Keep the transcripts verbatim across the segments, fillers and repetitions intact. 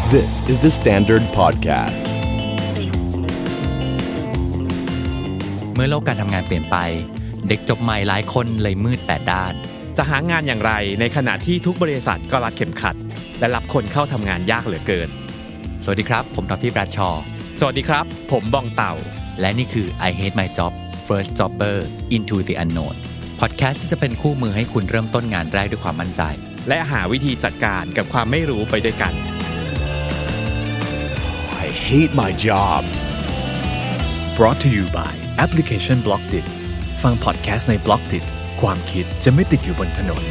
This is the Standard Podcast เมื่อโลกการทำงานเปลี่ยนไปเด็กจบใหม่หลายคนเลยมืดแปดด้านจะหางานอย่างไรในขณะที่ทุกบริษัทก็รัดเข็มขัดและรับคนเข้าทำงานยากเหลือเกินสวัสดีครับผมท็อปปี้ปราชอสวัสดีครับผมบองเต่าและนี่คือ I Hate My Job First Jobber Into the Unknown พอดแคสต์ที่จะเป็นคู่มือให้คุณเริ่มต้นงานแรกด้วยความมั่นใจและหาวิธีจัดการกับความไม่รู้ไปด้วยกัน I hate my job brought to you by Application Blockdit ฟังพอดแคสต์ใน Blockdit ความคิดจะไม่ติดอยู่บนถนน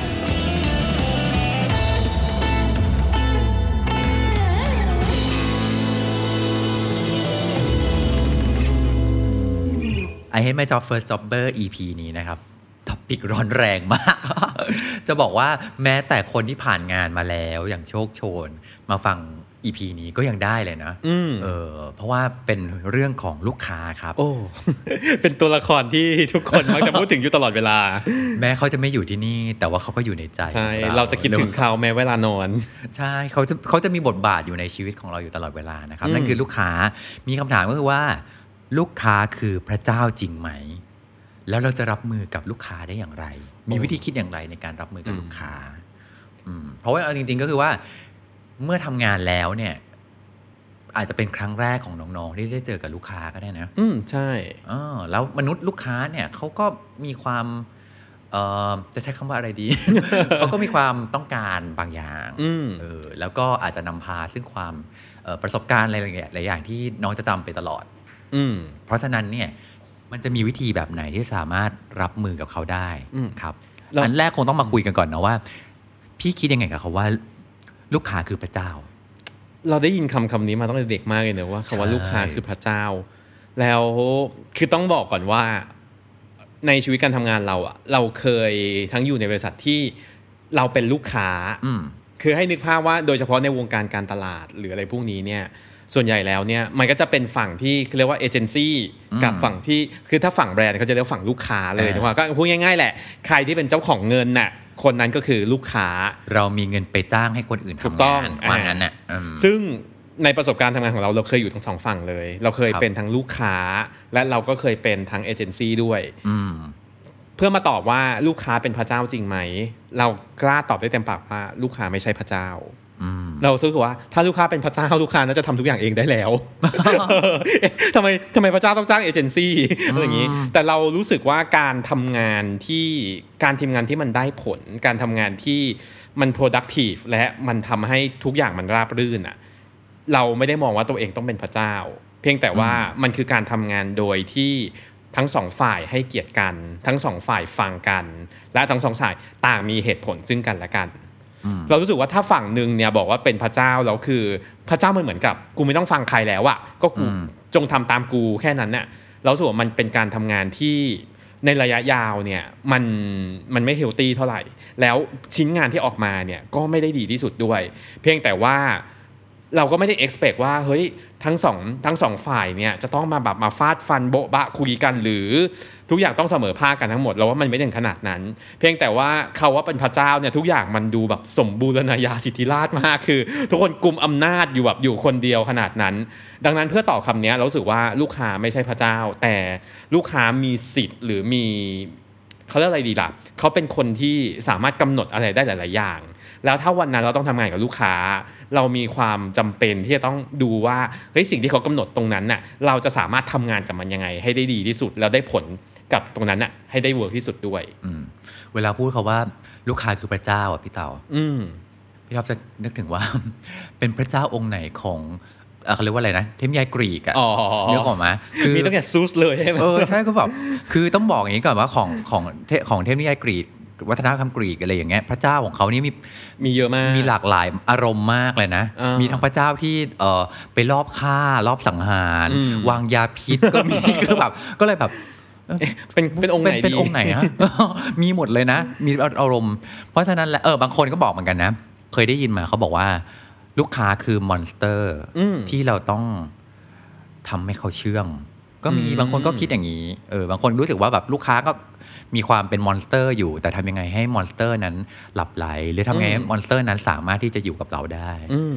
I Hate My Job First Jobber อี พี นี้นะครับท็อปิกร้อนแรงมาก จะบอกว่าแม้แต่คนที่ผ่านงานมาแล้วอย่างโชคโชนมาฟัง อี พี นี้ก็ยังได้เลยนะเออเพราะว่าเป็นเรื่องของลูกค้าครับโอ้ เป็นตัวละครที่ทุกคนมักจะพูดถึงอยู่ตลอดเวลาแม้เขาจะไม่อยู่ที่นี่แต่ว่าเขาก็อยู่ในใจใช่เราจะคิดถึงเขาแม้เวลานอนใช่เขาจะเขาจะมีบทบาทอยู่ในชีวิตของเราอยู่ตลอดเวลานะครับนั่นคือลูกค้ามีคำถามก็คือว่าลูกค้าคือพระเจ้าจริงไหมแล้วเราจะรับมือกับลูกค้าได้อย่างไรมีวิธีคิดอย่างไรในการรับมือกับลูกค้าเพราะว่าจริงๆก็คือว่าเมื่อทำงานแล้วเนี่ยอาจจะเป็นครั้งแรกของน้องๆที่ได้เจอกับลูกค้าก็ได้นะอืมใช่เออแล้วมนุษย์ลูกค้าเนี่ยเขาก็มีความเอ่อจะใช้คำว่าอะไรดี เขาก็มีความต้องการบางอย่างเออแล้วก็อาจจะนำพาซึ่งความประสบการณ์อะไรหลายอย่างที่น้องจะจำไปตลอดเพราะฉะนั้นเนี่ยมันจะมีวิธีแบบไหนที่สามารถรับมือกับเขาได้ครับอันแรกคงต้องมาคุยกันก่อนนะว่าพี่คิดยังไงกับเขาว่าลูกค้าคือพระเจ้าเราได้ยินคำคำนี้มาตั้งแต่เด็กมากเลยนะว่าคำว่าลูกค้าคือพระเจ้าแล้วคือต้องบอกก่อนว่าในชีวิตการทำงานเราอะเราเคยทั้งอยู่ในบริษัทที่เราเป็นลูกค้าคือให้นึกภาพว่าโดยเฉพาะในวงการการตลาดหรืออะไรพวกนี้เนี่ยส่วนใหญ่แล้วเนี่ยมันก็จะเป็นฝั่งที่เรียกว่าเอเจนซี่กับฝั่งที่คือถ้าฝั่งแบรนด์เขาจะเรียกฝั่งลูกค้าเลยนะว่าก็พูดง่ายๆแหละใครที่เป็นเจ้าของเงินน่ะคนนั้นก็คือลูกค้าเรามีเงินไปจ้างให้คนอื่นทำงานว่างั้นน่ะซึ่งในประสบการณ์ทำงานของเราเราเคยอยู่ทั้งสองฝั่งเลยเราเคยเป็นทั้งลูกค้าและเราก็เคยเป็นทั้งเอเจนซี่ด้วยเพื่อมาตอบว่าลูกค้าเป็นพระเจ้าจริงไหมเรากล้าตอบได้เต็มปากว่าลูกค้าไม่ใช่พระเจ้าเรารู้สึกว่าถ้าลูกค้าเป็นพระเจ้าลูกค้าน่าจะทำทุกอย่างเองได้แล้ว ทำไมทำไมพระเจ้าต้องจ้างเอเจนซี่อะไรอย่างนี้แต่เรารู้สึกว่าการทำงานที่การทำงานที่มันได้ผลการทำงานที่มัน productive และมันทำให้ทุกอย่างมันราบรื่นอ่ะเราไม่ได้มองว่าตัวเองต้องเป็นพระเจ้าเพียงแต่ว่ามันคือการทำงานโดยที่ทั้งสองฝ่ายให้เกียรติกันทั้งสองฝ่ายฟังกันและทั้งสองฝ่ายต่างมีเหตุผลซึ่งกันและกันเรารู้สึกว่าถ้าฝั่งนึงเนี่ยบอกว่าเป็นพระเจ้าแล้วคือพระเจ้ามันเหมือนกับกูไม่ต้องฟังใครแล้วอะก็กูจงทำตามกูแค่นั้นเนี่ยเรารู้สึกว่ามันเป็นการทำงานที่ในระยะยาวเนี่ยมันมันไม่เฮลตี้เท่าไหร่แล้วชิ้นงานที่ออกมาเนี่ยก็ไม่ได้ดีที่สุดด้วยเพียงแต่ว่าเราก็ไม่ได้ expect ว่าเฮ้ยทั้งสองทั้งสองฝ่ายเนี่ยจะต้องมาแบบมาฟาดฟันโบ๊ะบะคุยกันหรือทุกอย่างต้องเสมอภาคกันทั้งหมดเราว่ามันไม่ถึงขนาดนั้นเพียงแต่ว่าเขาว่าเป็นพระเจ้าเนี่ยทุกอย่างมันดูแบบสมบูรณาญาสิทธิราชมากคือทุกคนกุมอำนาจอยู่แบบอยู่คนเดียวขนาดนั้นดังนั้นเพื่อตอบคำนี้เรารู้สึกว่าลูกค้าไม่ใช่พระเจ้าแต่ลูกค้ามีสิทธิ์หรือมีเขาเรียกอะไรดีล่ะเขาเป็นคนที่สามารถกำหนดอะไรได้หลายๆอย่างแล้วถ้าวันนั้นเราต้องทำงานกับลูกค้าเรามีความจำเป็นที่จะต้องดูว่าเฮ้ยสิ่งที่เขากำหนดตรงนั้นน่ะเราจะสามารถทำงานกับมันยังไงให้ได้ดีที่สุดแล้วได้ผลกับตรงนั้นน่ะให้ได้เวิร์กที่สุดด้วยเวลาพูดเขาว่าลูกค้าคือพระเจ้าอ่ะพี่เต่าพี่ท็อปจะนึกถึงว่าเป็นพระเจ้าองค์ไหนของเขาเรียกว่าอะไรนะเทพนิยายกรีกอ่ะนึกออกมั้ยคือมีตั้งแต่ซูสเลยใช่มั้ยเออใช่ก็แบบคือต้องบอกอย่างนี้ก่อนว่าของของของเทพนิยายกรีกวัฒนธรรมกรีกอะไรอย่างเงี้ยพระเจ้าของเขานี่มีมีเยอะมากมีหลากหลายอารมณ์มากเลยนะมีทั้งพระเจ้าที่เอ่อไปลอบฆ่ารอบสังหารวางยาพิษก็มีคือแบบก็เลยแบบเป็นเป็นองค์ไหนดีเป็นองค์ไหนฮะมีหมดเลยนะมีอารมณ์เพราะฉะนั้นแล้วเออบางคนก็บอกเหมือนกันนะเคยได้ยินมาเขาบอกว่าลูกค้าคือมอนสเตอร์ที่เราต้องทำให้เขาเชื่องก็มีบางคนก็คิดอย่างนี้เออบางคนรู้สึกว่าแบบลูกค้าก็มีความเป็นมอนสเตอร์อยู่แต่ทำยังไงให้มอนสเตอร์นั้นหลับไหลหรือทำไงให้มอนสเตอร์นั้นสามารถที่จะอยู่กับเราได้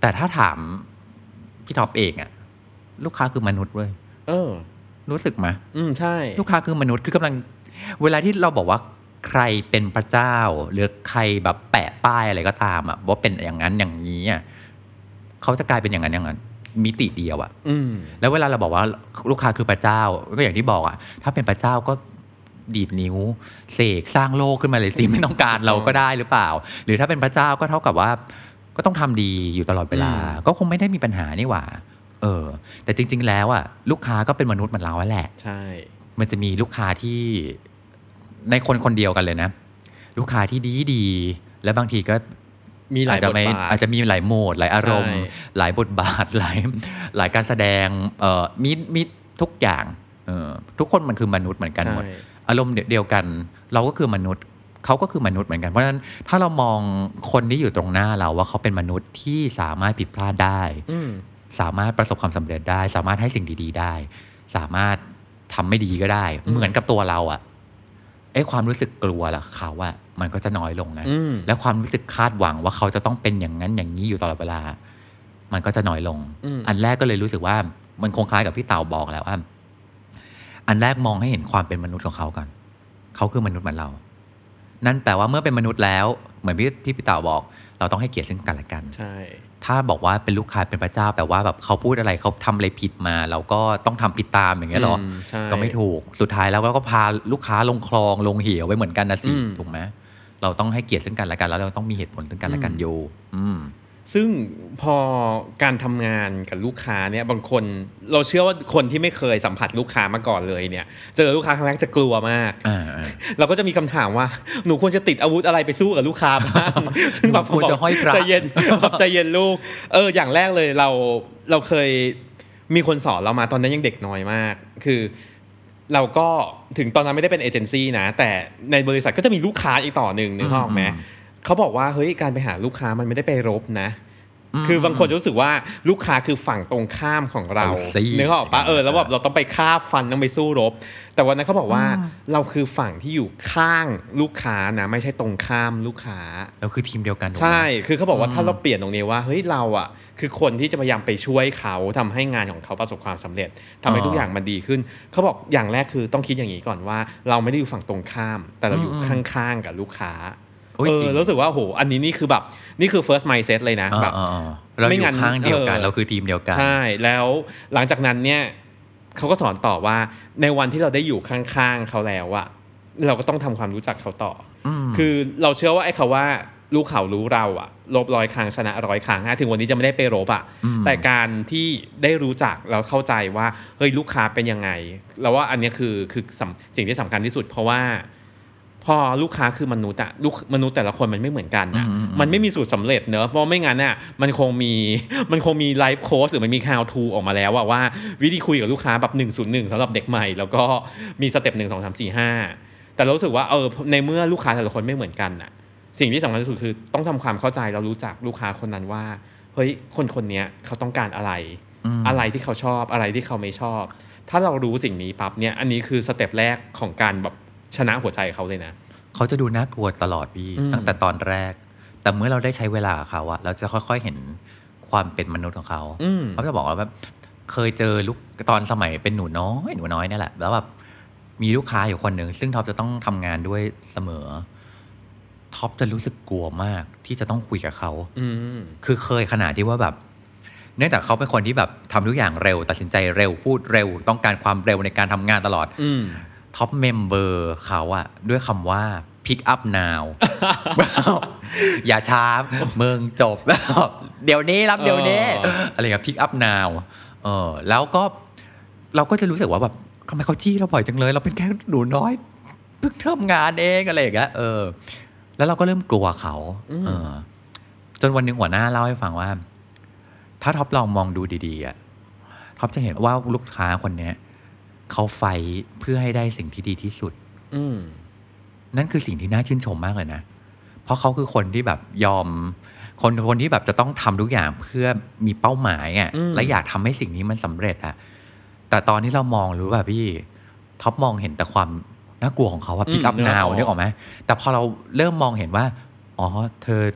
แต่ถ้าถามพี่ท็อปเองอะลูกค้าคือมนุษย์เว้ยเออรู้สึกไหมอืมใช่ลูกค้าคือมนุษย์คือกำลังเวลาที่เราบอกว่าใครเป็นพระเจ้าหรือใครแบบแปะป้ายอะไรก็ตามอะว่าเป็นอย่างนั้นอย่างนี้อะเขาจะกลายเป็นอย่างนั้นอย่างนั้นมิติเดียวอะแล้วเวลาเราบอกว่าลูกค้าคือพระเจ้าก็อย่างที่บอกอะถ้าเป็นพระเจ้าก็ดีดนิ้วเสกสร้างโลกขึ้นมาเลยสิไม่ต้องการเราก็ได้หรือเปล่าหรือถ้าเป็นพระเจ้าก็เท่ากับว่าก็ต้องทำดีอยู่ตลอดเวลาก็คงไม่ได้มีปัญหานี่หว่าเออแต่จริงๆแล้วอะลูกค้าก็เป็นมนุษย์เหมือนเราแหละใช่มันจะมีลูกค้าที่ในคนคนเดียวกันเลยนะลูกค้าที่ดีดีและบางทีก็มีหลายบทบาทอาจจะมีหลายโหมดหลายอารมณ์หลายบทบาทหลายหลายการแสดงเอ่อมีมีทุกอย่างเออทุกคนมันคือมนุษย์เหมือนกันหมดอารมณ์เดียวกันเราก็คือมนุษย์เขาก็คือมนุษย์เหมือนกันเพราะฉะนั้นถ้าเรามองคนที่อยู่ตรงหน้าเราว่าเขาเป็นมนุษย์ที่สามารถผิดพลาดได้สามารถประสบความสำเร็จได้สามารถให้สิ่งดีๆได้สามารถทำไม่ดีก็ได้เหมือนกับตัวเราอ่ะไอ้ความรู้สึกกลัวล่ะเขาอะมันก็จะน้อยลงนะและความรู้สึกคาดหวังว่าเขาจะต้องเป็นอย่างนั้นอย่างนี้อยู่ตลอดเวลามันก็จะน้อยลงอันแรกก็เลยรู้สึกว่ามันคงคล้ายกับพี่เต่าบอกแล้วว่าอันแรกมองให้เห็นความเป็นมนุษย์ของเขาก่อนเขาคือมนุษย์เหมือนเรานั่นแปลว่าเมื่อเป็นมนุษย์แล้วเหมือนที่ที่พี่เต่าบอกเราต้องให้เกียรติซึ่งกันและกันใช่ถ้าบอกว่าเป็นลูกค้าเป็นพระเจ้าแปลว่าแบบเขาพูดอะไรเขาทำอะไรผิดมาเราก็ต้องทำผิดตามอย่างเงี้ยหรอก็ไม่ถูกสุดท้ายแล้วก็พาลูกค้าลงคลองลงเหวไว้เหมือนกันนะสิถูกไหมเราต้องให้เกียรติซึ่งกันและกันแล้วเราต้องมีเหตุผลซึ่งกันและกันอยู่ซึ่งพอการทำงานกับลูกค้าเนี่ยบางคนเราเชื่อว่าคนที่ไม่เคยสัมผัสลูกค้ามาก่อนเลยเนี่ยเจอลูกค้าครั้งแรกจะกลัวมากเราก็จะมีคำถามว่าหนูควรจะติดอาวุธอะไรไปสู้กับลูกค้าบ้างซึ่งแบบควรจะห้อยพระใจเย็นใจเย็นลูกเอออย่างแรกเลยเราเราเคยมีคนสอนเรามาตอนนั้นยังเด็กน้อยมากคือเราก็ถึงตอนนั้นไม่ได้เป็นเอเจนซี่นะแต่ในบริษัทก็จะมีลูกค้าอีกต่อหนึ่งนึกออกไหมเขาบอกว่าเฮ้ยการไปหาลูกค้ามันไม่ได้ไปรบนะคือบางคนรู้สึกว่าลูกค้าคือฝั่งตรงข้ามของเรานึกออกปะเออแล้วแบบเราต้องไปฆ่าฟันต้องไปสู้รบแต่วันนั้นเขาบอกว่าเราคือฝั่งที่อยู่ข้างลูกค้านะไม่ใช่ตรงข้ามลูกค้าเราคือทีมเดียวกันใช่คือเขาบอกว่าถ้าเราเปลี่ยนตรงนี้ว่าเฮ้ยเราอ่ะคือคนที่จะพยายามไปช่วยเขาทำให้งานของเขาประสบความสำเร็จทำให้ทุกอย่างมันดีขึ้นเขาบอกอย่างแรกคือต้องคิดอย่างนี้ก่อนว่าเราไม่ได้อยู่ฝั่งตรงข้ามแต่เราอยู่ข้างๆกับลูกค้าเออรู้สึกว่าโหอันนี้นี่คือแบบนี่คือ first mindset เลยนะแบบเราอยู่ข้างเดียวกันเราคือทีมเดียวกันใช่แล้วหลังจากนั้นเนี่ยเขาก็สอนต่อว่าในวันที่เราได้อยู่ข้างๆเขาแล้วอะเราก็ต้องทำความรู้จักเขาต่อคือเราเชื่อว่าไอ้คำว่ารู้เขารู้เราอะลบร้อยครั้งชนะร้อยครั้งถึงวันนี้จะไม่ได้ไปรบอะแต่การที่ได้รู้จักแล้วเข้าใจว่าเฮ้ยลูกค้าเป็นยังไงเราว่าอันนี้คือคือสิ่งที่สำคัญที่สุดเพราะว่าพอลูกค้าคือมนุษย์อะลูกมนุษย์แต่ละคนมันไม่เหมือนกันนะมันไม่มีสูตรสำเร็จเนอะเพราะไม่งั้นน่ะมันคงมีมันคงมีไลฟ์โค้ชหรือมันมี how to ออกมาแล้วว่าวิธีคุยกับลูกค้าแบบหนึ่งศูนย์หนึ่งสำหรับเด็กใหม่แล้วก็มีสเต็ปหนึ่ง สอง สาม สี่ ห้าแต่รู้สึกว่าเออในเมื่อลูกค้าแต่ละคนไม่เหมือนกันน่ะสิ่งที่สำคัญที่สุดคือต้องทำความเข้าใจแล้วรู้จักลูกค้าคนนั้นว่าเฮ้ยคนคนนี้เขาต้องการอะไรอะไรที่เขาชอบอะไรที่เขาไม่ชอบถ้าเรารู้สิ่งนี้ปั๊บเนี่ยอันนี้คือสเต็ปแรกของการแบบชนะหัวใจเขาเลยนะเขาจะดูน่ากลัวตลอดพี่ตั้งแต่ตอนแรกแต่เมื่อเราได้ใช้เวลากับเขาอะเราจะค่อยๆเห็นความเป็นมนุษย์ของเขาเขาจะบอกว่าแบบเคยเจอลูกตอนสมัยเป็นหนูน้อยหนูน้อยนี่แหละแล้วแบบมีลูกค้าอยู่คนหนึ่งซึ่งท็อปจะต้องทำงานด้วยเสมอท็อปจะรู้สึกกลัวมากที่จะต้องคุยกับเขาคือเคยขนาดที่ว่าแบบเนื่องจากเขาเป็นคนที่แบบทำทุกอย่างเร็วตัดสินใจเร็วพูดเร็วต้องการความเร็วในการทำงานตลอดท็อปเมมเบอร์เขาอะด้วยคำว่า pick up now อย่าช้าเมืองจบเดี๋ยวนี้รับเดี๋ยวนี้อะไรกับ pick up now เออแล้วก็เราก็จะรู้สึกว่าแบบทำไมเขาจี้เราบ่อยจังเลยเราเป็นแค่หนูน้อยเพิ่งทำงานเองอะไรอย่างเงี้ยเออแล้วเราก็เริ่มกลัวเขาเออจนวันนึงหัวหน้าเล่าให้ฟังว่าถ้าท็อปลองมองดูดีๆอะท็อปจะเห็นว่าลูกค้าคนนี้เขาไฟเพื่อให้ได้สิ่งที่ดีที่สุดนั่นคือสิ่งที่น่าชื่นชมมากเลยนะเพราะเขาคือคนที่แบบยอมคนคนที่แบบจะต้องทำทุกอย่างเพื่อมีเป้าหมายอ่ะและอยากทำให้สิ่งนี้มันสำเร็จอ่ะแต่ตอนที่เรามองรู้ป่ะพี่ท็อปมองเห็นแต่ความน่ากลัวของเขาว่าพิกอัพนาวนึกออกไหมแต่พอเราเริ่มมองเห็นว่าอ๋อเธอ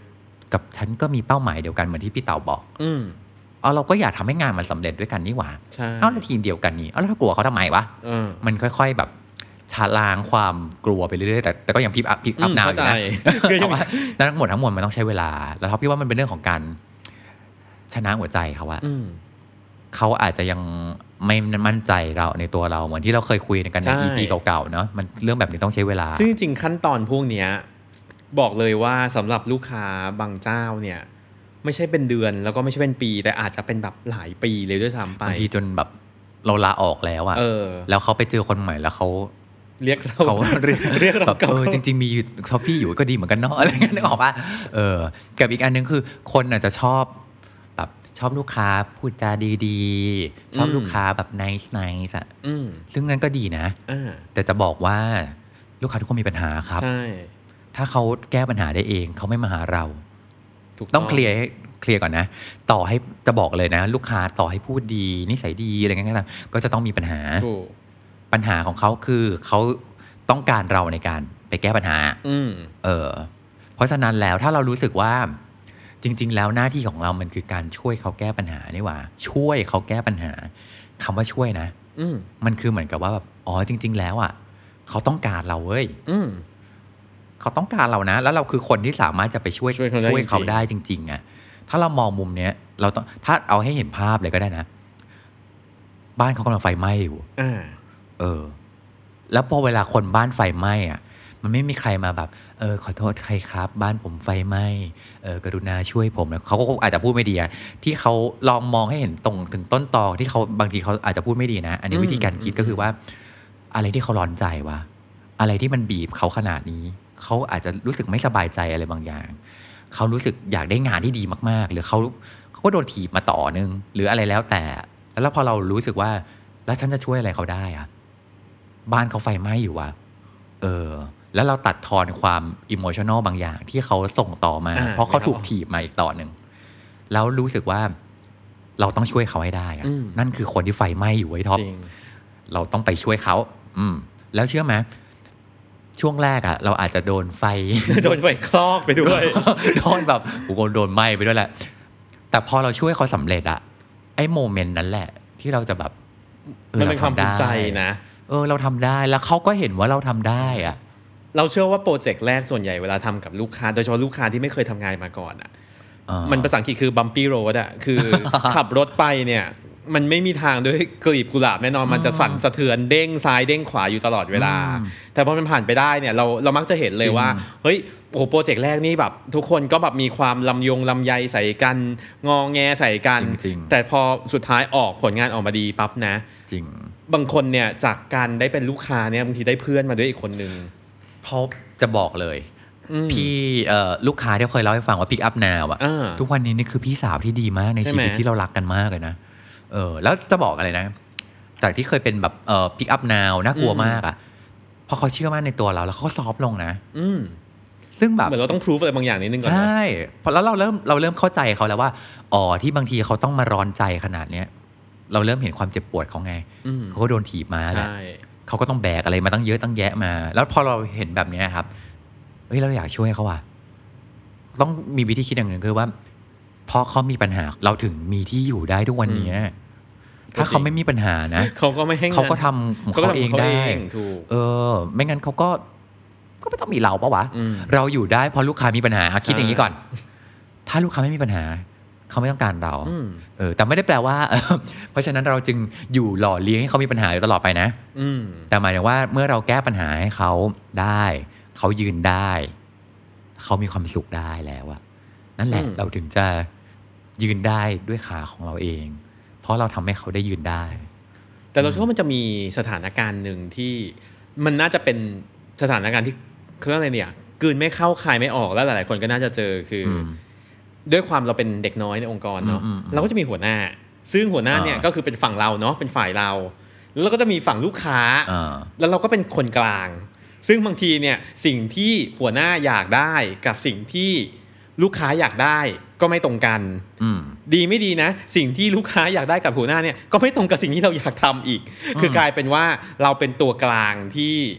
กับฉันก็มีเป้าหมายเดียวกันเหมือนที่พี่เต่าบอกอืมเอาเราก็อยากทำให้งานมันสำเร็จด้วยกันนี่หว่าเอาแล้วทีมเดียวกันนี่เอาแล้วถ้ากลัวเขาทำไมวะมันค่อยๆแบบชาล้างความกลัวไปเรื่อยๆแต่แต่ก็ยังพิกอัพพิกอัพนาวอยู่นะแต่ว่าทั้งหมดทั้งมวลมันต้องใช้เวลาแล้วพี่ว่ามันเป็นเรื่องของการชนะหัวใจเขาว่าเขาอาจจะยังไม่มั่นใจเราในตัวเราเหมือนที่เราเคยคุยกันใน อี พี เก่าๆเนาะมันเรื่องแบบนี้ต้องใช้เวลาซึ่งจริงๆขั้นตอนพวกเนี้ยบอกเลยว่าสำหรับลูกค้าบางเจ้าเนี่ยไม่ใช่เป็นเดือนแล้วก็ไม่ใช่เป็นปีแต่อาจจะเป็นแบบหลายปีเลยด้วยซ้ำไปบางทีจนแบบเราลาออกแล้วอะแล้วเขาไปเจอคนใหม่แล้วเขาเรียกเราเขาเรียกเรียกเราเออจริงๆมีทอฟฟี่อยู่ก็ดีเหมือนกันเนาะอะไรเงี้ยนึกออกป่ะเออกับอีกอันนึงคือคนอาจจะชอบแบบชอบลูกค้าพูดจาดีๆชอบลูกค้าแบบ nice nice อ่ะซึ่งงั้นก็ดีนะแต่จะบอกว่าลูกค้าทุกคนมีปัญหาครับใช่ถ้าเขาแก้ปัญหาได้เองเขาไม่มาหาเราต้องเคลียร์เคลียร์ก่อนนะต่อให้จะบอกเลยนะลูกค้าต่อให้พูดดีนิสัยดีอะไรเงี้ยก็จะต้องมีปัญหาปัญหาของเขาคือเขาต้องการเราในการไปแก้ปัญหาเออเพราะฉะนั้นแล้วถ้าเรารู้สึกว่าจริงๆแล้วหน้าที่ของเรามันคือการช่วยเขาแก้ปัญหานี่หว่าช่วยเขาแก้ปัญหาคำว่าช่วยนะมันคือเหมือนกับว่าแบบอ๋อจริงๆแล้วอ่ะเขาต้องการเราเว้ยเขาต้องการเรานะแล้วเราคือคนที่สามารถจะไปช่วยช่วยเขาได้จริงๆอ่ะถ้าเรามองมุมเนี้ยเราต้องถ้าเอาให้เห็นภาพเลยก็ได้นะบ้านเขากำลังไฟไหม้อยู่เออแล้วพอเวลาคนบ้านไฟไหม้อ่ะมันไม่มีใครมาแบบเออขอโทษใครครับบ้านผมไฟไหม้เออกรุณาช่วยผมนะเขาก็อาจจะพูดไม่ดีอะที่เขาลองมองให้เห็นตรงถึงต้นตอที่เขาบางทีเขาอาจจะพูดไม่ดีนะอันนี้วิธีการคิดก็คือว่าอะไรที่เขาร้อนใจวะอะไรที่มันบีบเขาขนาดนี้เขาอาจจะรู้สึกไม่สบายใจอะไรบางอย่างเขารู้สึกอยากได้งานที่ดีมากๆหรือเขาเขาก็โดนถีบมาต่อนึงหรืออะไรแล้วแต่แล้วพอเรารู้สึกว่าแล้วฉันจะช่วยอะไรเขาได้อะบ้านเขาไฟไหม้อยู่วะเออแล้วเราตัดทอนความอิโมชันนอลบางอย่างที่เขาส่งต่อมาเพราะเขาถูกถีบมาอีกต่อหนึ่งแล้วรู้สึกว่าเราต้องช่วยเขาให้ได้อะนั่นคือคนที่ไฟไหม้อยู่ไว้ท็อปเราต้องไปช่วยเขาอืมแล้วเชื่อไหมช่วงแรกอ่ะเราอาจจะโดนไฟโดนไฟคลอกไปด้วยโดนแบบกูโดนไหม้ไปด้วยแหละแต่พอเราช่วยเขาสำเร็จอ่ะไอ้โมเมนต์นั้นแหละที่เราจะแบบมันเป็นความภูมิใจนะเออเราทำได้แล้วเขาก็เห็นว่าเราทำได้อ่ะเราเชื่อว่าโปรเจกต์แรกส่วนใหญ่เวลาทำกับลูกค้าโดยเฉพาะลูกค้าที่ไม่เคยทำงานมาก่อนอ่ะมันภาษาอังกฤษคือ bumpy road อ่ะคือขับรถไปเนี่ยมันไม่มีทางด้วยกลีบกุหลาบแน่นอนมันจะสั่นสะเทือนเด้งซ้ายเด้งขวาอยู่ตลอดเวลาแต่พอมันผ่านไปได้เนี่ยเราเรามักจะเห็นเลยว่าเฮ้ยโอ้โหโปรเจกต์แรกนี่แบบทุกคนก็แบบมีความลำยงลำไยใส่กันงอแงใส่กันแต่พอสุดท้ายออกผลงานออกมาดีปั๊บนะจริงบางคนเนี่ยจากการได้เป็นลูกค้าเนี่ยบางทีได้เพื่อนมาด้วยอีกคนนึงเพราะจะบอกเลยพี่ลูกค้าที่เคยเล่าให้ฟังว่า Pick Up Now อ่ะทุกวันนี้นี่คือพี่สาวที่ดีมากในชีวิตที่เรารักกันมากเลยนะเออแล้วจะบอกอะไรนะจากที่เคยเป็นแบบเอ่อ Pick Up Now น่ากลัวมากอ่ะพอเขาเชื่อมั่นในตัวเราแล้วเขาซอฟต์ลงนะซึ่งแบบเหมือนเราต้องพิสูจอะไรบางอย่างนิดนึงก่อนใช่พอแล้วเราเริ่มเราเริ่มเข้าใจเขาแล้วว่าอ๋อที่บางทีเขาต้องมาร้อนใจขนาดเนี้ยเราเริ่มเห็นความเจ็บปวดเขาไงเขาก็โดนถีบมาแหละเขาก็ต้องแบกอะไรมาตั้งเยอะตั้งแยะมาแล้วพอเราเห็นแบบนี้ครับเฮ้ยเราอยากช่วยเขาว่ะต้องมีวิธีคิดอย่างหนึ่งคือว่าเพราะเขามีปัญหาเราถึงมีที่อยู่ได้ทุกวันนี้ถ้าเขาไม่มีปัญหานะเขาก็ไม่ให้เขาก็ทำของเขาเองได้เออไม่งั้นเขาก็ก็ไม่ต้องมีเราปะวะเราอยู่ได้เพราะลูกค้ามีปัญหาคิดอย่างนี้ก่อนถ้าลูกค้าไม่มีปัญหาเขาไม่ต้องการเราเออแต่ไม่ได้แปลว่าเพราะฉะนั้นเราจึงอยู่หล่อเลี้ยงให้เขามีปัญหาอยู่ตลอดไปนะแต่หมายถึงว่าเมื่อเราแก้ปัญหาให้เขาได้เขายืนได้เขามีความสุขได้แล้วอะนั่นแหละเราถึงจะยืนได้ด้วยขาของเราเองเพราะเราทำให้เขาได้ยืนได้แต่เราเชื่อว่ามันจะมีสถานการณ์หนึ่งที่มันน่าจะเป็นสถานการณ์ที่คืออะไรเนี่ยกลืนไม่เข้าคายไม่ออกแล้วหลายๆคนก็น่าจะเจอคือด้วยความเราเป็นเด็กน้อยในองค์กรเนาะเราก็จะมีหัวหน้าซึ่งหัวหน้าเนี่ยก็คือเป็นฝั่งเราเนาะเป็นฝ่ายเราแล้วเราก็จะมีฝั่งลูกค้าแล้วเราก็เป็นคนกลางซึ่งบางทีเนี่ยสิ่งที่หัวหน้าอยากได้กับสิ่งที่ลูกค้าอยากได้ก็ไม่ตรงกันดีไม่ดีนะสิ่งที่ลูกค้าอยากได้กับหัวหน้าเนี่ยก็ไม่ตรงกับสิ่งที่เราอยากทำอีกคือกลายเป็นว่าเราเป็นตัวกลางที่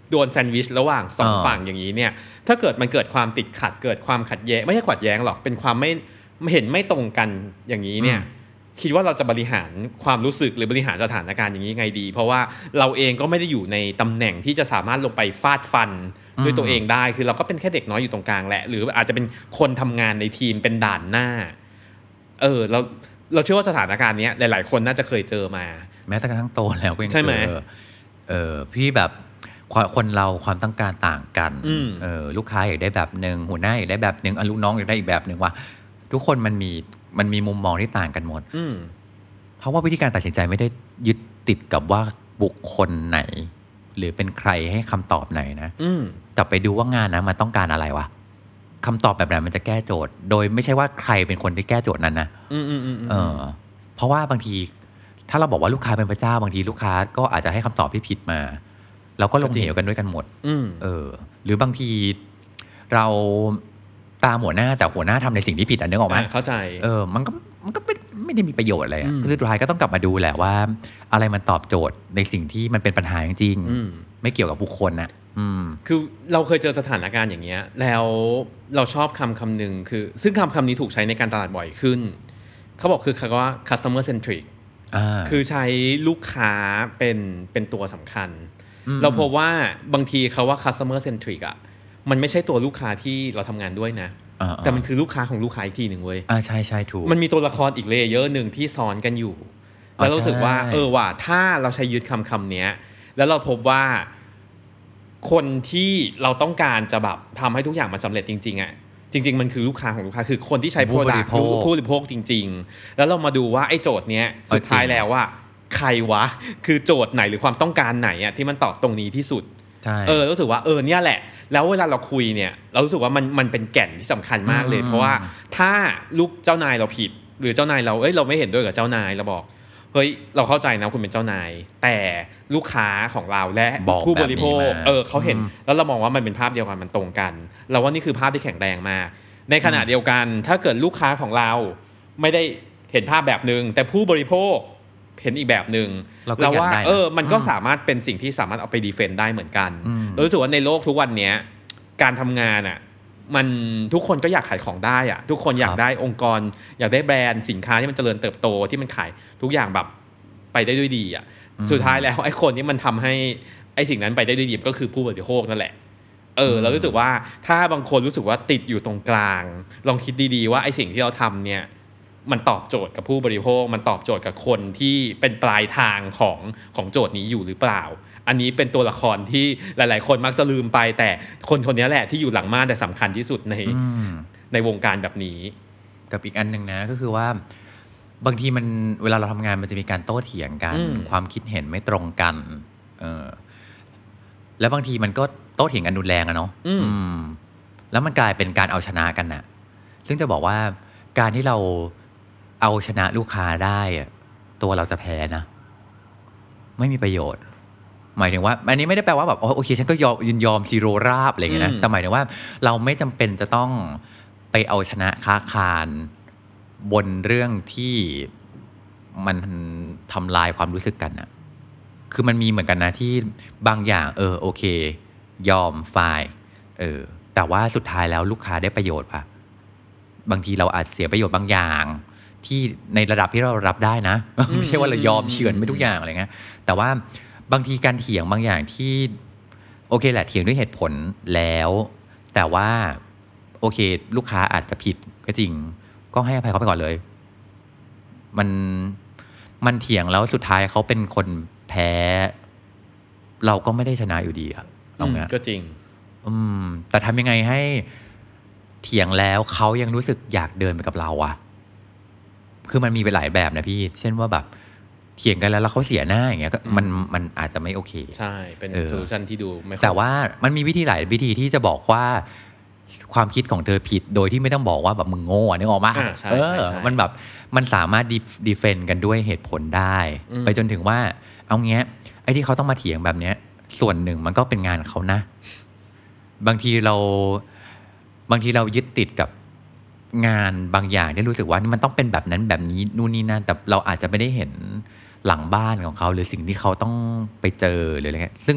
โดนแซนด์วิชระหว่างสองฝั่งอย่างนี้เนี่ยถ้าเกิดมันเกิดความติดขัดเกิดความขัดแย้งไม่ใช่ขัดแย้งหรอกเป็นความไม่เห็นไม่ตรงกันอย่างนี้เนี่ยคิดว่าเราจะบริหารความรู้สึกหรือบริหารสถานการณ์อย่างนี้ไงดีเพราะว่าเราเองก็ไม่ได้อยู่ในตำแหน่งที่จะสามารถลงไปฟาดฟันด้วยตัวเองได้คือเราก็เป็นแค่เด็กน้อยอยู่ตรงกลางแหละหรืออาจจะเป็นคนทำงานในทีมเป็นด่านหน้าเออเราเราเชื่อว่าสถานการณ์นี้หลายๆคนน่าจะเคยเจอมาแม้แต่กระทั่งโตแล้วก็ยังเจอเออพี่แบบคนเราความต้องการต่างกันเออลูกค้าอยากได้แบบนึงหัวหน้าอยากได้แบบนึงลูกน้องอยากได้อีกแบบนึงว่าทุกคนมันมีมันมีมุมมองที่ต่างกันหมดเพราะว่าวิธีการตัดสินใจไม่ได้ยึดติดกับว่าบุคคลไหนหรือเป็นใครให้คำตอบไหนนะกลับไปดูว่างานนะมันต้องการอะไรวะคำตอบแบบไหนมันจะแก้โจทย์โดยไม่ใช่ว่าใครเป็นคนที่แก้โจทย์นั้นนะเออเพราะว่าบางทีถ้าเราบอกว่าลูกค้าเป็นพระเจ้าบางทีลูกค้าก็อาจจะให้คำตอบที่ผิดมาเราก็ลงเหวกันด้วยกันหมดเออหรือบางทีเราตามหัวหน้าแต่หัวหน้าทำในสิ่งที่ผิดอันนึกออกไหมเข้าใจเออมันก็มันก็ไม่ไม่ได้มีประโยชน์อะไรอ่ะคือสุดท้ายก็ต้องกลับมาดูแหละว่าอะไรมันตอบโจทย์ในสิ่งที่มันเป็นปัญหาจริงๆไม่เกี่ยวกับบุคคลนะคือเราเคยเจอสถานการณ์อย่างเงี้ยแล้วเราชอบคำคำหนึ่งคือซึ่งคำคำนี้ถูกใช้ในการตลาดบ่อยขึ้นเขาบอกคือคำว่า customer centric คือใช้ลูกค้าเป็นเป็นตัวสำคัญเราพบว่าบางทีเขาว่า customer centric อ่ะมันไม่ใช่ตัวลูกค้าที่เราทำงานด้วยนะแต่มันคือลูกค้าของลูกค้าอีกทีหนึ่งเว้ยอ่าใช่ใช่ถูกมันมีตัวละครอีกเลเยอร์หนึ่งที่ซ้อนกันอยู่แล้วรู้สึกว่าเออว่าถ้าเราใช้ยึดคำคำนี้แล้วเราพบว่าคนที่เราต้องการจะแบบทำให้ทุกอย่างมันสำเร็จจริงๆอ่ะจริงๆมันคือลูกค้าของลูกค้าคือคนที่ใช้ product ผู้บริโภคจริงๆแล้วเรามาดูว่าไอ้โจทย์เนี้ยสุดท้ายแล้วว่าใครวะคือโจทย์ไหนหรือความต้องการไหนอ่ะที่มันตอบตรงนี้ที่สุดเออรู้สึกว่าเออเนี่ยแหละแล้วเวลาเราคุยเนี่ยเรารู้สึกว่ามันมันเป็นแก่นที่สำคัญมากเลยเพราะว่าถ้าลูกเจ้านายเราผิดหรือเจ้านายเราเอ้ยเราไม่เห็นด้วยกับเจ้านายเราบอกเฮ้ยเราเข้าใจนะคุณเป็นเจ้านายแต่ลูกค้าของเราและผู้บริโภคเออเขาเห็นแล้วเรามองว่ามันเป็นภาพเดียวกันมันตรงกันเราว่านี่คือภาพที่แข็งแรงมากในขณะเดียวกันถ้าเกิดลูกค้าของเราไม่ได้เห็นภาพแบบนึงแต่ผู้บริโภคเห็นอีกแบบนึงเราว่าเออมันก็สามารถเป็นสิ่งที่สามารถเอาไปดีเฟนต์ได้เหมือนกันเรารู้สึกว่าในโลกทุกวันนี้การทำงานอ่ะมันทุกคนก็อยากขายของได้อ่ะทุกคนอยากได้องค์กรอยากได้แบรนด์สินค้าที่มันเจริญเติบโตที่มันขายทุกอย่างแบบไปได้ด้วยดีอ่ะสุดท้ายแล้วไอ้คนที่มันทำให้ไอ้สิ่งนั้นไปได้ด้วยดีก็คือผู้บริโภคนั่นแหละเออเรารู้สึกว่าถ้าบางคนรู้สึกว่าติดอยู่ตรงกลางลองคิดดีๆว่าไอ้สิ่งที่เราทำเนี่ยมันตอบโจทย์กับผู้บริโภคมันตอบโจทย์กับคนที่เป็นปลายทางของของโจทย์นี้อยู่หรือเปล่าอันนี้เป็นตัวละครที่หลายๆคนมักจะลืมไปแต่คนคนนี้แหละที่อยู่หลังม่านแต่สำคัญที่สุดในในวงการแบบนี้กับอีกอันนึงนะก็คือว่าบางทีมันเวลาเราทำงานมันจะมีการโต้เถียงกันความคิดเห็นไม่ตรงกันเออแล้วบางทีมันก็โต้เถียงกันรุนแรงอะเนาะแล้วมันกลายเป็นการเอาชนะกันน่ะซึ่งจะบอกว่าการที่เราเอาชนะลูกค้าได้ตัวเราจะแพ้นะไม่มีประโยชน์หมายถึงว่าอันนี้ไม่ได้แปลว่าแบบโอเคฉันก็ยอมยินยอมซีโร่ราบอะไรอย่างเงี้ยนะแต่หมายถึงว่าเราไม่จำเป็นจะต้องไปเอาชนะค้าคานบนเรื่องที่มันทำลายความรู้สึกกันนะคือมันมีเหมือนกันนะที่บางอย่างเออโอเคยอมฝ่ายเออแต่ว่าสุดท้ายแล้วลูกค้าได้ประโยชน์ป่ะบางทีเราอาจเสียประโยชน์บางอย่างที่ในระดับที่เรารับได้นะไม่ใช่ว่าเรายอมเฉือนไปทุกอย่างอะไรเงี้ยแต่ว่าบางทีการเถียงบางอย่างที่โอเคแหละเถียงด้วยเหตุผลแล้วแต่ว่าโอเคลูกค้าอาจจะผิดก็จริงก็ให้อภัยเขาไปก่อนเลยมันมันเถียงแล้วสุดท้ายเขาเป็นคนแพ้เราก็ไม่ได้ชนะอยู่ดีอะเอาเงี้ยก็จริงอืมแต่ทำยังไงให้เถียงแล้วเขายังรู้สึกอยากเดินไปกับเราอะคือมันมีไปหลายแบบนะพี่เช่นว่าแบบเถียงกันแล้วแล้วเขาเสียหน้าอย่างเงี้ยมันมันอาจจะไม่โอเคใช่เป็นโซลูชันที่ดูไม่แต่ว่ามันมีวิธีหลายวิธีที่จะบอกว่าความคิดของเธอผิดโดยที่ไม่ต้องบอกว่าแบบมึงโง่นึกออกมั้ยเออมันแบบมันสามารถดีเฟนด์กันด้วยเหตุผลได้ไปจนถึงว่าเอาเงี้ยไอ้ที่เขาต้องมาเถียงแบบเนี้ยส่วนหนึ่งมันก็เป็นงานเขานะบางทีเราบางทีเรายึดติดกับงานบางอย่างที่รู้สึกว่านี่มันต้องเป็นแบบนั้นแบบนี้นู่นนี่นั่นแต่เราอาจจะไม่ได้เห็นหลังบ้านของเขาหรือสิ่งที่เขาต้องไปเจอหรืออะไรเงี้ยซึ่ง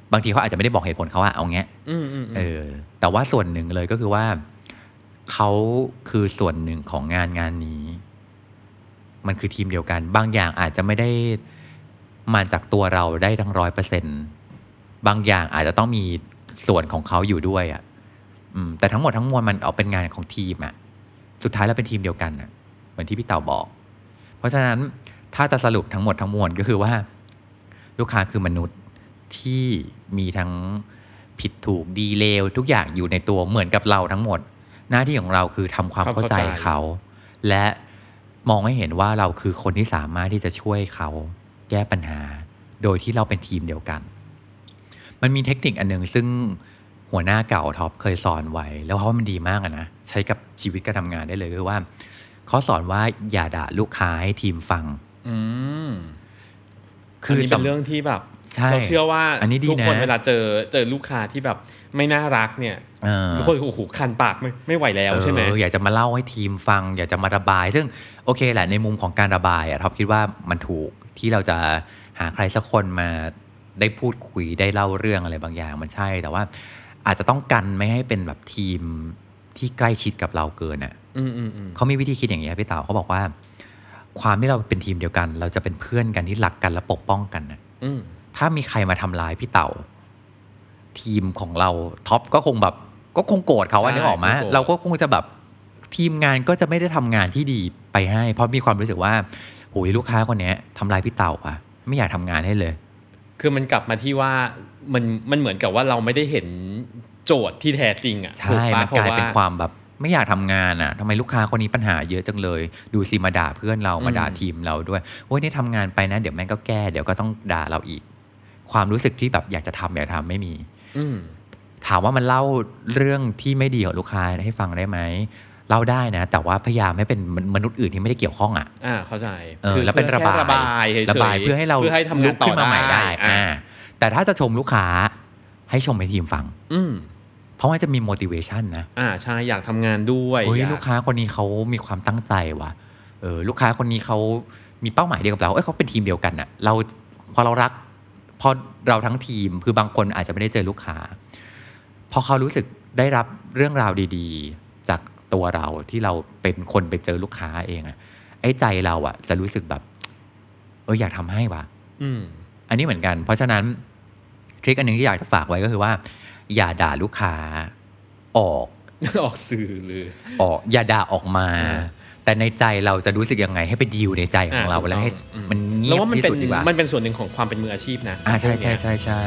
บางทีเขาอาจจะไม่ได้บอกเหตุผลเขาอะเอาเงี้ยเออแต่ว่าส่วนหนึ่งเลยก็คือว่าเขาคือส่วนหนึ่งของงานงานนี้มันคือทีมเดียวกันบางอย่างอาจจะไม่ได้มาจากตัวเราได้ทั้งร้อยเปอร์เซ็นต์บางอย่างอาจจะต้องมีส่วนของเขาอยู่ด้วยอะอืมแต่ทั้งหมดทั้งมวลมันเอาเป็นงานของทีมอะสุดท้ายแล้วเป็นทีมเดียวกันอะเหมือนที่พี่เต่าบอกเพราะฉะนั้นถ้าจะสรุปทั้งหมดทั้งมวลก็คือว่าลูกค้าคือมนุษย์ที่มีทั้งผิดถูกดีเลวทุกอย่างอยู่ในตัวเหมือนกับเราทั้งหมดหน้าที่ของเราคือทำความเข้าใจเขาและมองให้เห็นว่าเราคือคนที่สามารถที่จะช่วยเขาแก้ปัญหาโดยที่เราเป็นทีมเดียวกันมันมีเทคนิคอันนึงซึ่งหัวหน้าเก่าท็อปเคยสอนไว้แล้วเพราะว่ามันดีมากอะนะใช้กับชีวิตการทำงานได้เลยคือว่าเขาสอนว่าอย่าด่าลูกค้าให้ทีมฟังอืมคือเป็นเรื่องที่แบบเราเชื่อว่าทุกคนเวลาเจอเจอลูกค้าที่แบบไม่น่ารักเนี่ยทุกคนโอ้โหคันปากไม่ไม่ไหวแล้วใช่ไหมอยากจะมาเล่าให้ทีมฟังอยากจะมาระบายซึ่งโอเคแหละในมุมของการระบายอะท็อปคิดว่ามันถูกที่เราจะหาใครสักคนมาได้พูดคุยได้เล่าเรื่องอะไรบางอย่างมันใช่แต่ว่าอาจจะต้องกันไม่ให้เป็นแบบทีมที่ใกล้ชิดกับเราเกินอ่ะเขามีวิธีคิดอย่างนี้พี่เต๋าเขาบอกว่าความที่เราเป็นทีมเดียวกันเราจะเป็นเพื่อนกันที่รักกันและปกป้องกันนะถ้ามีใครมาทำร้ายพี่เต๋าทีมของเราท็อปก็คงแบบก็คงโกรธเขาว่านึกออกไหมเราก็คงจะแบบทีมงานก็จะไม่ได้ทำงานที่ดีไปให้เพราะมีความรู้สึกว่าโหยลูกค้าคนนี้ทำร้ายพี่เต๋าอ่ะไม่อยากทำงานให้เลยคือมันกลับมาที่ว่ามันมันเหมือนกับว่าเราไม่ได้เห็นโจทย์ที่แท้จริงอ่ะใช่มันกลายเป็นความแบบไม่อยากทำงานอ่ะทำไมลูกค้าคนนี้ปัญหาเยอะจังเลยดูสิมาด่าเพื่อนเรามาด่าทีมเราด้วยโอ้ยนี่ทำงานไปนะเดี๋ยวแม่งก็แก้เดี๋ยวก็ต้องด่าเราอีกความรู้สึกที่แบบอยากจะทำอยากทำไม่มีถามว่ามันเล่าเรื่องที่ไม่ดีของลูกค้าให้ฟังได้ไหมเล่าได้นะแต่ว่าพยายามให้เป็นมนุษย์อื่นที่ไม่ได้เกี่ยวข้องอ่ะอ่าเข้าใจคือแล้วเป็นระบายระบายระบายเพื่อให้เราเพื่อให้ทำงานต่อได้ได้อ่าแต่ถ้าจะชมลูกค้าให้ชมให้ทีมฟังอืมเพราะว่าจะมี motivation นะอ่าใช่อยากทำงานด้วยเฮ้ยลูกค้าคนนี้เขามีความตั้งใจว่ะเออลูกค้าคนนี้เขามีเป้าหมายเดียวกับเราเอ้ยเขาเป็นทีมเดียวกันอ่ะเราพอเรารักพอเราทั้งทีมคือบางคนอาจจะไม่ได้เจอลูกค้าพอเขารู้สึกได้รับเรื่องราวดีๆจากตัวเราที่เราเป็นคนไปเจอลูกค้าเองอ่ะไอ้ใจเราอ่ะจะรู้สึกแบบเอออยากทำให้ว่ะอืมอันนี้เหมือนกันเพราะฉะนั้นทริคอันนึงที่อยากจะฝากไว้ก็คือว่าอย่าด่าลูกค้าออกออกสื่อหรือออกอย่าด่าออกมาแต่ในใจเราจะรู้สึกยังไงให้ไปดีลในใจของเราแล้วให้มันเงียบที่สุดดีกว่ามันเป็นส่วนหนึ่งของความเป็นมืออาชีพนะอ่าใช่ใช่ใช่ใช่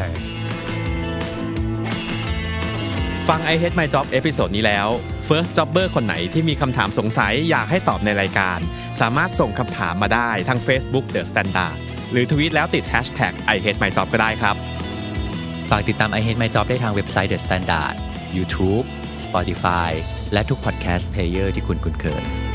ฟัง I Hate My Job เอพิโซดนี้แล้ว First Jobber คนไหนที่มีคำถามสงสัยอยากให้ตอบในรายการสามารถส่งคำถามมาได้ทาง Facebook The Standard หรือทวีตแล้วติด แฮชแท็ก ไอ เฮท ไม จ็อบ ก็ได้ครับฝากติดตาม I Hate My Job ได้ทางเว็บไซต์ The Standard YouTube Spotify และทุก Podcast Player ที่คุณคุ้นเคย